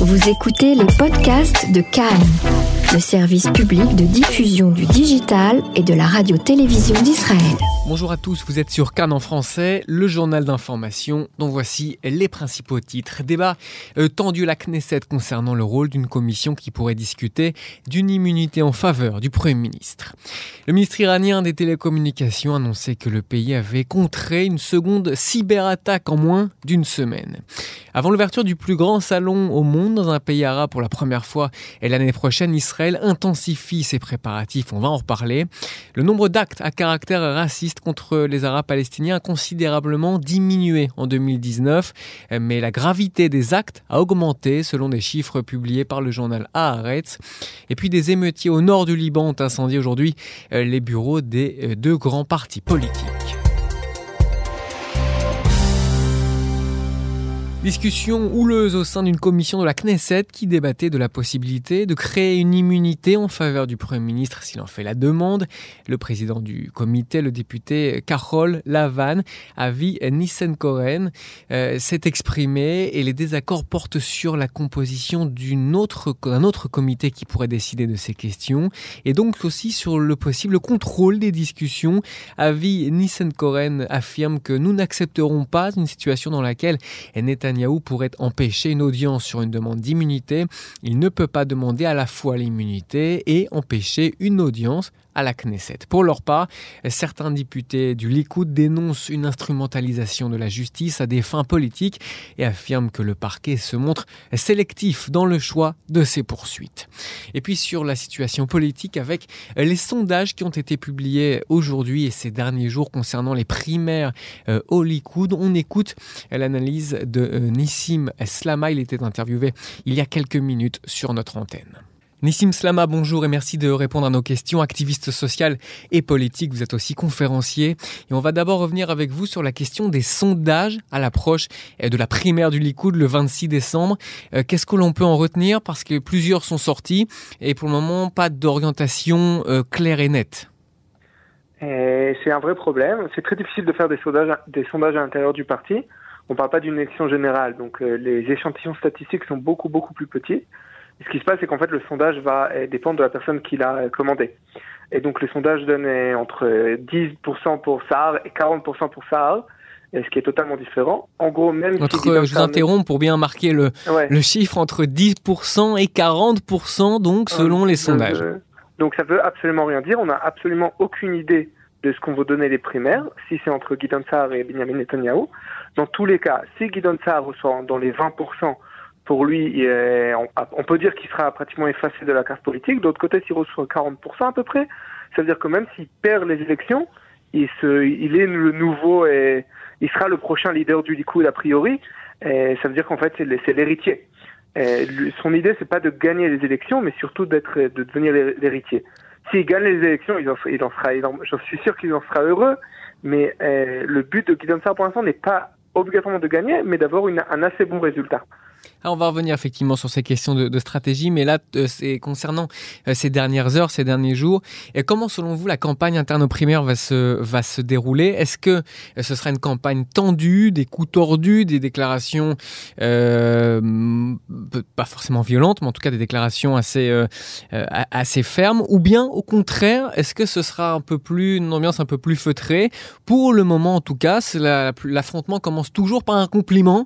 Vous écoutez les podcasts de Cannes, le service public de diffusion du digital et de la radio-télévision d'Israël. Bonjour à tous, vous êtes sur Cannes en français, le journal d'information dont voici les principaux titres. Débat tendu à la Knesset concernant le rôle d'une commission qui pourrait discuter d'une immunité en faveur du Premier ministre. Le ministre iranien des télécommunications a annoncé que le pays avait contré une seconde cyberattaque en moins d'une semaine. Avant l'ouverture du plus grand salon au monde dans un pays arabe pour la première fois et l'année prochaine, Israël intensifie ses préparatifs, on va en reparler. Le nombre d'actes à caractère raciste contre les Arabes palestiniens a considérablement diminué en 2019, mais la gravité des actes a augmenté selon des chiffres publiés par le journal Haaretz. Et puis des émeutiers au nord du Liban ont incendié aujourd'hui les bureaux des deux grands partis politiques. Discussion houleuse au sein d'une commission de la Knesset qui débattait de la possibilité de créer une immunité en faveur du Premier ministre s'il en fait la demande. Le président du comité, le député Kahol Lavan, Avi Nissenkoren, s'est exprimé et les désaccords portent sur la composition d'un autre comité qui pourrait décider de ces questions et donc aussi sur le possible contrôle des discussions. Avi Nissenkoren affirme que nous n'accepterons pas une situation dans laquelle Netanyahou pourrait empêcher une audience sur une demande d'immunité. Il ne peut pas demander à la fois l'immunité et empêcher une audience à la Knesset. Pour leur part, certains députés du Likoud dénoncent une instrumentalisation de la justice à des fins politiques et affirment que le parquet se montre sélectif dans le choix de ses poursuites. Et puis sur la situation politique avec les sondages qui ont été publiés aujourd'hui et ces derniers jours concernant les primaires au Likoud, on écoute l'analyse de Nissim Slama. Il était interviewé il y a quelques minutes sur notre antenne. Nissim Slama, bonjour et merci de répondre à nos questions. Activiste social et politique, vous êtes aussi conférencier. Et on va d'abord revenir avec vous sur la question des sondages à l'approche de la primaire du Likoud le 26 décembre. Qu'est-ce que l'on peut en retenir? Parce que plusieurs sont sortis et pour le moment, pas d'orientation claire et nette. C'est un vrai problème. C'est très difficile de faire des sondages à l'intérieur du parti. On ne parle pas d'une élection générale, donc les échantillons statistiques sont beaucoup plus petits. Et ce qui se passe, c'est qu'en fait, le sondage va dépendre de la personne qui l'a commandé. Et donc, le sondage donne entre 10% pour Sahar et 40% pour Sahar, ce qui est totalement différent. En gros, même je vous interromps pour bien marquer le chiffre entre 10% et 40%, donc, selon les sondages. Donc, ça veut absolument rien dire. On n'a absolument aucune idée de ce qu'on veut donner les primaires, si c'est entre Gideon Sa'ar et Benjamin Netanyahou. Dans tous les cas, si Gideon Sa'ar reçoit dans les 20%, pour lui, on peut dire qu'il sera pratiquement effacé de la carte politique. D'autre côté, s'il reçoit 40% à peu près, ça veut dire que même s'il perd les élections, il est le nouveau et il sera le prochain leader du Likoud a priori. Et ça veut dire qu'en fait, c'est l'héritier. Son idée, c'est pas de gagner les élections, mais surtout de devenir l'héritier. S'il gagne les élections, j'en suis sûr qu'il en sera heureux, mais le but de Gideon Sa'ar pour l'instant n'est pas obligatoirement de gagner, mais d'avoir un assez bon résultat. Alors on va revenir effectivement sur ces questions de stratégie, mais là, c'est concernant ces dernières heures, ces derniers jours. Et comment, selon vous, la campagne interne aux primaires va se dérouler? Est-ce que ce sera une campagne tendue, des coups tordus, des déclarations pas forcément violentes, mais en tout cas des déclarations assez fermes? Ou bien, au contraire, est-ce que ce sera une ambiance un peu plus feutrée? Pour le moment, en tout cas, l'affrontement commence toujours par un compliment.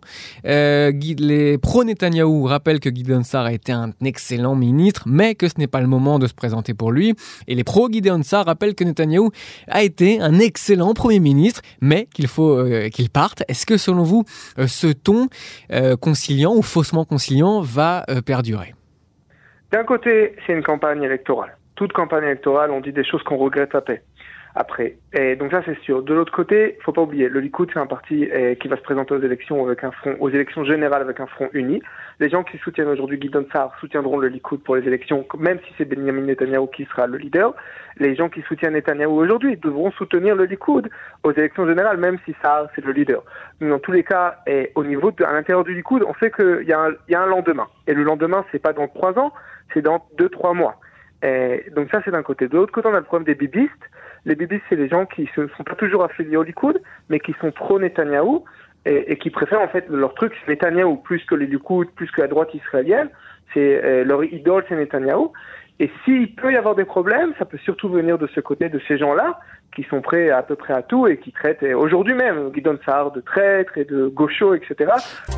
Les pro-Netanyahou rappellent que Gideon Sa'ar a été un excellent ministre, mais que ce n'est pas le moment de se présenter pour lui. Et les pro-Gideon Sa'ar rappellent que Netanyahou a été un excellent Premier ministre, mais qu'il faut qu'il parte. Est-ce que, selon vous, ce ton conciliant ou faussement conciliant va perdurer? D'un côté, c'est une campagne électorale. Toute campagne électorale, on dit des choses qu'on regrette après. Et donc ça, c'est sûr. De l'autre côté, faut pas oublier, le Likoud, c'est un parti qui va se présenter aux élections générales avec un front uni. Les gens qui soutiennent aujourd'hui Gideon Sa'ar soutiendront le Likoud pour les élections, même si c'est Benjamin Netanyahou qui sera le leader. Les gens qui soutiennent Netanyahou aujourd'hui devront soutenir le Likoud aux élections générales, même si Sa'ar, c'est le leader. Donc, dans tous les cas, à l'intérieur du Likoud, on sait qu'il y a un lendemain. Et le lendemain, c'est pas dans 3 ans, c'est dans 2-3 mois. Donc ça, c'est d'un côté. De l'autre côté, on a le problème des bibistes. Les bibistes, c'est les gens qui ne sont pas toujours affiliés au Likoud, mais qui sont pro-Netanyahou et qui préfèrent en fait leur truc, c'est Netanyahou, plus que les Likoud, plus que la droite israélienne. C'est leur idole, c'est Netanyahou. Et s'il peut y avoir des problèmes, ça peut surtout venir de ce côté de ces gens-là qui sont prêts à peu près à tout et qui traitent aujourd'hui même Gideon Sa'ar de traître et de gaucho, etc.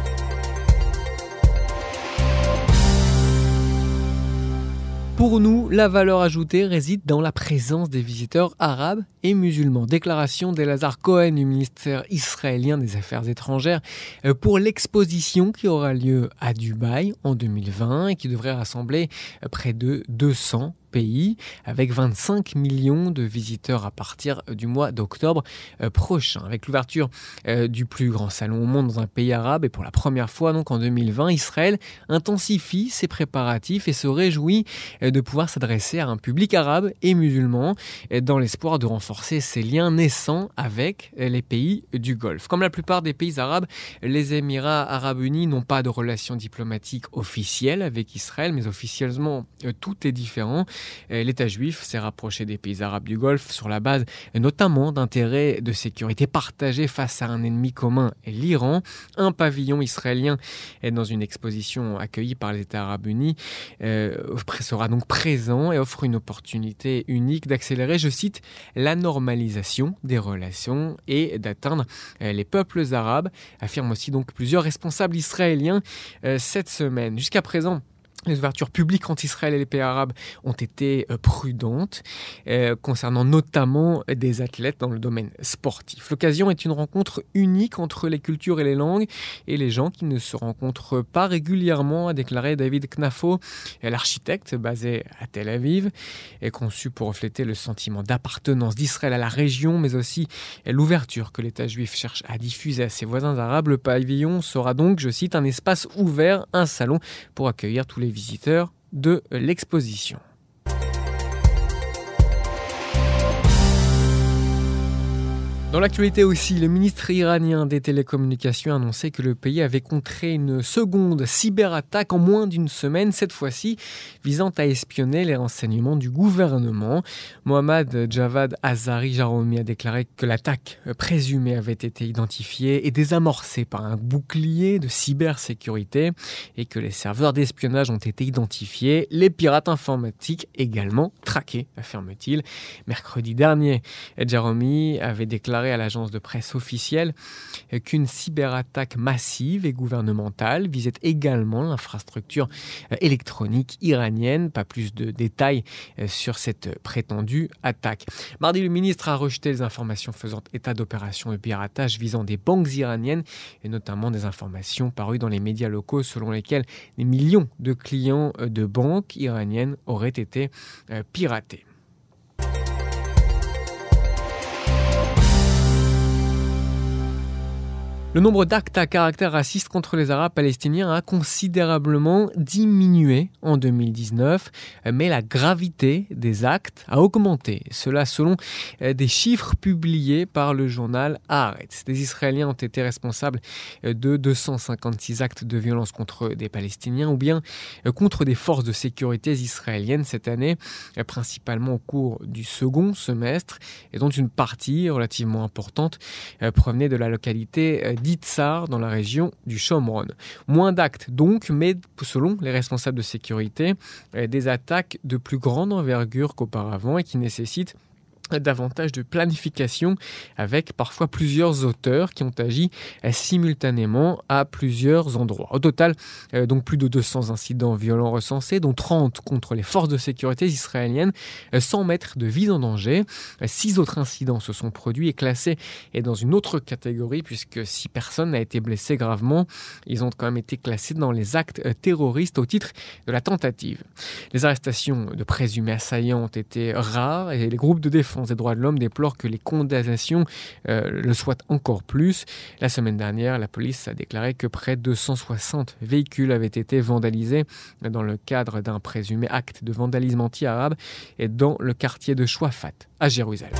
Pour nous, la valeur ajoutée réside dans la présence des visiteurs arabes et musulmans. Déclaration d'Elazar Cohen du ministère israélien des Affaires étrangères pour l'exposition qui aura lieu à Dubaï en 2020 et qui devrait rassembler près de 200 pays avec 25 millions de visiteurs à partir du mois d'octobre prochain. Avec l'ouverture du plus grand salon au monde dans un pays arabe et pour la première fois donc en 2020, Israël intensifie ses préparatifs et se réjouit de pouvoir s'adresser à un public arabe et musulman dans l'espoir de renforcer ses liens naissants avec les pays du Golfe. Comme la plupart des pays arabes, les Émirats arabes unis n'ont pas de relations diplomatiques officielles avec Israël, mais officiellement tout est différent. L'État juif s'est rapproché des pays arabes du Golfe sur la base notamment d'intérêts de sécurité partagés face à un ennemi commun, l'Iran. Un pavillon israélien est dans une exposition accueillie par les États arabes unis sera donc présent et offre une opportunité unique d'accélérer, je cite, la normalisation des relations et d'atteindre les peuples arabes, affirment aussi donc plusieurs responsables israéliens cette semaine. Jusqu'à présent, les ouvertures publiques entre Israël et les pays arabes ont été prudentes, concernant notamment des athlètes dans le domaine sportif. L'occasion est une rencontre unique entre les cultures et les langues et les gens qui ne se rencontrent pas régulièrement, a déclaré David Knafo, l'architecte basé à Tel Aviv, et conçu pour refléter le sentiment d'appartenance d'Israël à la région, mais aussi l'ouverture que l'État juif cherche à diffuser à ses voisins arabes. Le pavillon sera donc, je cite, un espace ouvert, un salon pour accueillir tous les visiteurs de l'exposition. Dans l'actualité aussi, le ministre iranien des télécommunications a annoncé que le pays avait contré une seconde cyberattaque en moins d'une semaine, cette fois-ci visant à espionner les renseignements du gouvernement. Mohammad Javad Azari Jaromi a déclaré que l'attaque présumée avait été identifiée et désamorcée par un bouclier de cybersécurité et que les serveurs d'espionnage ont été identifiés, les pirates informatiques également traqués, affirme-t-il. Mercredi dernier, Jaromi avait déclaré à l'agence de presse officielle qu'une cyberattaque massive et gouvernementale visait également l'infrastructure électronique iranienne. Pas plus de détails sur cette prétendue attaque. Mardi, le ministre a rejeté les informations faisant état d'opérations de piratage visant des banques iraniennes et notamment des informations parues dans les médias locaux selon lesquelles des millions de clients de banques iraniennes auraient été piratés. Le nombre d'actes à caractère raciste contre les Arabes palestiniens a considérablement diminué en 2019, mais la gravité des actes a augmenté. Cela selon des chiffres publiés par le journal Haaretz. Des Israéliens ont été responsables de 256 actes de violence contre des Palestiniens ou bien contre des forces de sécurité israéliennes cette année, principalement au cours du second semestre, et dont une partie relativement importante provenait de la localité d'Itzar dans la région du Shomron. Moins d'actes donc, mais selon les responsables de sécurité, des attaques de plus grande envergure qu'auparavant et qui nécessitent davantage de planification avec parfois plusieurs auteurs qui ont agi simultanément à plusieurs endroits. Au total, donc plus de 200 incidents violents recensés, dont 30 contre les forces de sécurité israéliennes, sans mettre de vie en danger. 6 autres incidents se sont produits et classés et dans une autre catégorie puisque 6 personnes n'ont été blessées gravement. Ils ont quand même été classés dans les actes terroristes au titre de la tentative. Les arrestations de présumés assaillants ont été rares et les groupes de défense des droits de l'homme déplorent que les condamnations le soient encore plus. La semaine dernière, la police a déclaré que près de 260 véhicules avaient été vandalisés dans le cadre d'un présumé acte de vandalisme anti-arabe et dans le quartier de Chouafat à Jérusalem.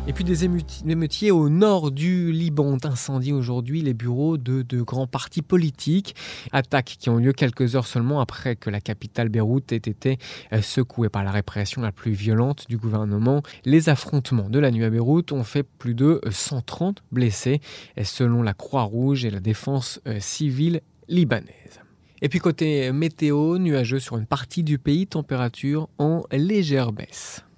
Et puis des émeutiers au nord du Liban ont incendié aujourd'hui les bureaux de grands partis politiques. Attaques qui ont lieu quelques heures seulement après que la capitale Beyrouth ait été secouée par la répression la plus violente du gouvernement. Les affrontements de la nuit à Beyrouth ont fait plus de 130 blessés, selon la Croix-Rouge et la défense civile libanaise. Et puis côté météo, nuageux sur une partie du pays, température en légère baisse.